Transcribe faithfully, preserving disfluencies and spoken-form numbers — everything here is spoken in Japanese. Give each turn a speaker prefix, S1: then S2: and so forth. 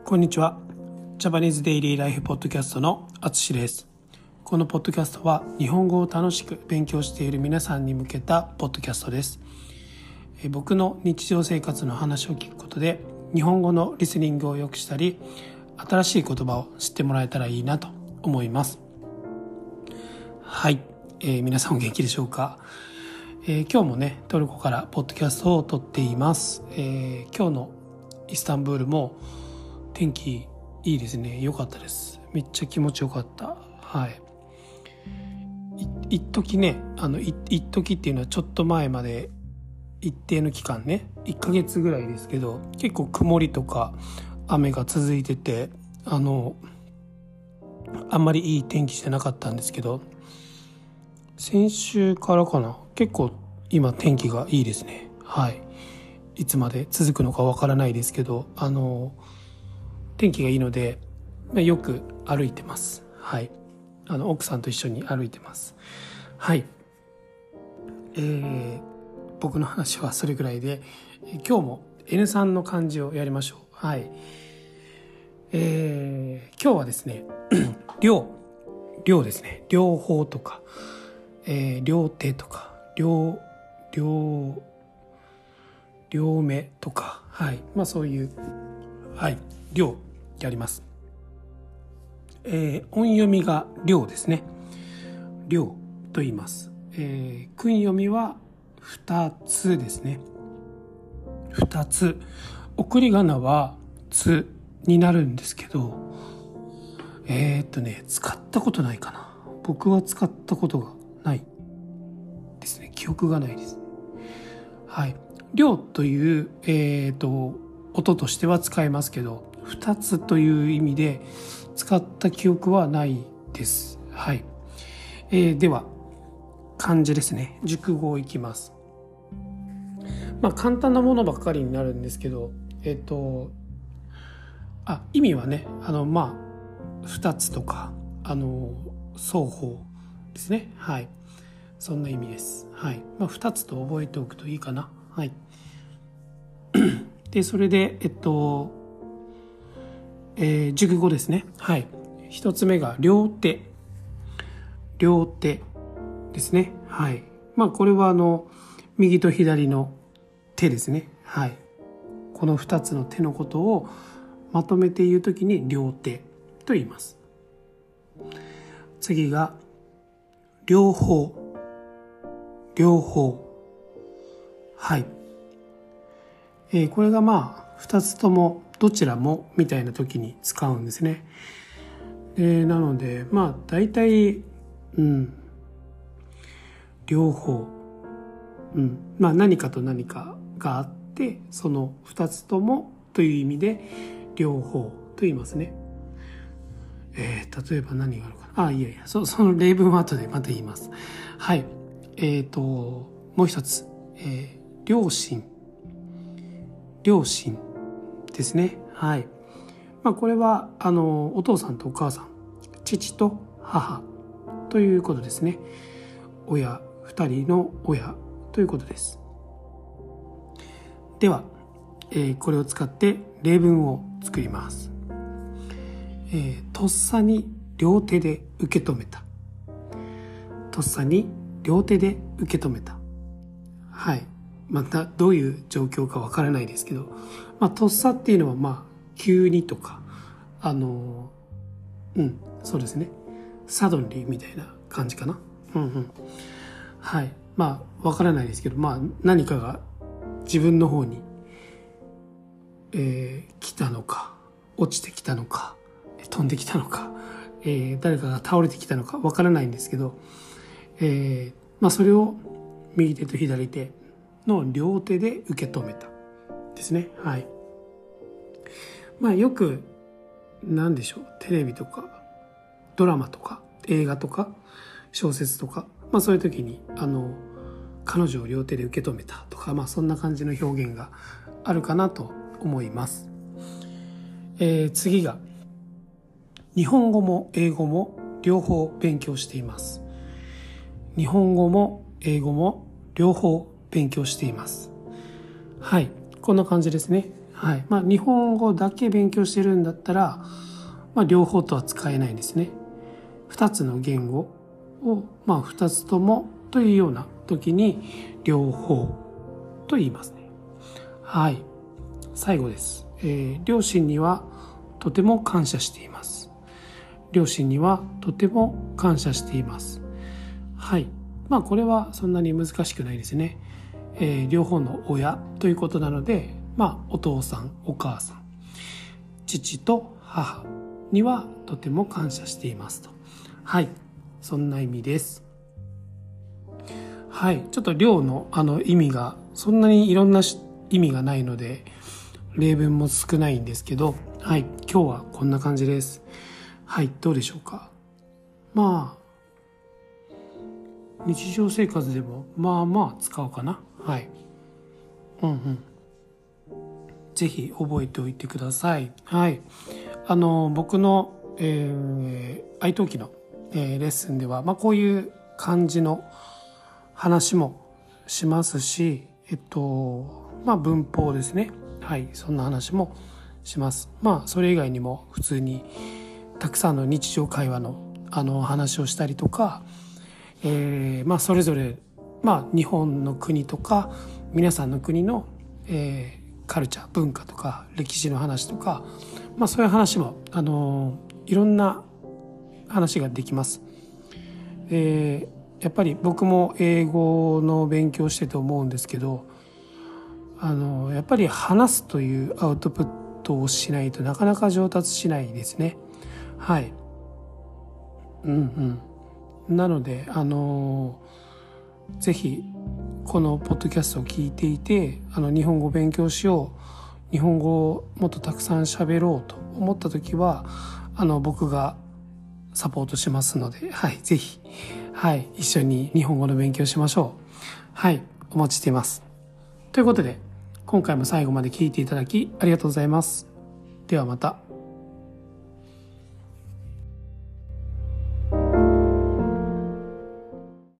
S1: こんにちは。ジャパニーズデイリーライフポッドキャストのあつしです。このポッドキャストは日本語を楽しく勉強している皆さんに向けたポッドキャストです。え僕の日常生活の話を聞くことで日本語のリスニングを良くしたり、新しい言葉を知ってもらえたらいいなと思います。はい、えー、皆さんお元気でしょうか。えー、今日もねトルコからポッドキャストを撮っています。えー、今日のイスタンブールも天気いいですね。良かったです。めっちゃ気持ちよかった。はい。い一時ね、あのい一時っていうのはちょっと前まで一定の期間ね、いっかげつぐらいですけど、結構曇りとか雨が続いてて、あのあんまりいい天気じゃなかったんですけど、先週からかな、結構今天気がいいですね。はい。いつまで続くのかわからないですけど、あの天気がいいので、まあ、よく歩いてます。はい。あの奥さんと一緒に歩いてます。はい。えー、僕の話はそれぐらいで、今日も エヌスリー の漢字をやりましょう。はい。えー、今日はですね、両両ですね。両方とか、えー、両手とか、両両両目とか、はい。まあそういうはい両やります。えー、音読みが両ですね。両と言います。えー、訓読みは二つですね。二つ。送り仮名はつになるんですけど、えー、っとね使ったことないかな。僕は使ったことがないですね。記憶がないです。はい。両という、えー、っと音としては使えますけど、二つという意味で使った記憶はないです。はい。えー、では漢字ですね。熟語いきます。まあ簡単なものばっかりになるんですけど、えっとあ意味はね、あのまあ二つとかあの双方ですね。はい。そんな意味です。はい。まあ二つと覚えておくといいかな。はい。でそれでえっと、えー、熟語ですね。はい。一つ目が両手。両手ですね。はい。まあこれはあの右と左の手ですね。はい。この二つの手のことをまとめて言うときに両手と言います。次が両方。両方。はい。えー、これがまあ二つともどちらもみたいな時に使うんですね。でなのでまあ大体うん両方、うん、まあ何かと何かがあってその二つともという意味で両方と言いますね。えー、例えば何があるかな。あいやいや そ, その例文は後でまた言います。はい。えっ、ー、ともう一つ、えー、両親両親ですね。はい。まあこれはあのお父さんとお母さん、父と母ということですね。親二人の親ということです。では、えー、これを使って例文を作ります。えー、とっさに両手で受け止めた。とっさに両手で受け止めた。はい。またどういう状況かわからないですけど、まあ、とっさっていうのはまあ急にとか、あのうんそうですね、サドンリーみたいな感じかな。うんうんはい。まあわからないですけど、まあ何かが自分の方に、えー、来たのか、落ちてきたのか、飛んできたのか、えー、誰かが倒れてきたのかわからないんですけど、えー、まあそれを右手と左手の両手で受け止めたですね。はい。まあよく何でしょう、テレビとかドラマとか映画とか小説とか、まあそういう時にあの彼女を両手で受け止めたとか、まあそんな感じの表現があるかなと思います。えー、次が日本語も英語も両方勉強しています。日本語も英語も両方勉強しています。はい、こんな感じですね。 はい。まあ、日本語だけ勉強してるんだったら、まあ、両方とは使えないですね。二つの言語を、まあ、二つともというような時に、両方と言いますね。はい。最後です。えー、両親にはとても感謝しています。両親にはとても感謝しています。はい。まあ、これはそんなに難しくないですね。えー、両方の親ということなので、まあ、お父さん、お母さん、父と母にはとても感謝していますと。はい。そんな意味です。はい。ちょっと両のあの意味が、そんなにいろんな意味がないので、例文も少ないんですけど、はい。今日はこんな感じです。はい。どうでしょうか。まあ、日常生活でもまあまあ使うかな。はい。うんうん。ぜひ覚えておいてください。はい。あの、僕の、えー、愛登記の、えー、レッスンでは、まあこういう感じの話もしますし、えっと、まあ文法ですね。はい。そんな話もします。まあそれ以外にも普通にたくさんの日常会話のあの話をしたりとか、えー、まあそれぞれ、まあ日本の国とか皆さんの国の、えーカルチャー、文化とか歴史の話とか、まあそういう話も、あのー、いろんな話ができます。えー、やっぱり僕も英語の勉強してて思うんですけど、あのー、やっぱり話すというアウトプットをしないとなかなか上達しないですね。はい。うんうん。なので、あのー、ぜひ、このポッドキャストを聞いていて、あの日本語を勉強しよう、日本語をもっとたくさん喋ろうと思った時は、あの僕がサポートしますので、はい、ぜひ、はい、一緒に日本語の勉強しましょう。はい、お待ちしています。ということで、今回も最後まで聞いていただきありがとうございます。ではまた。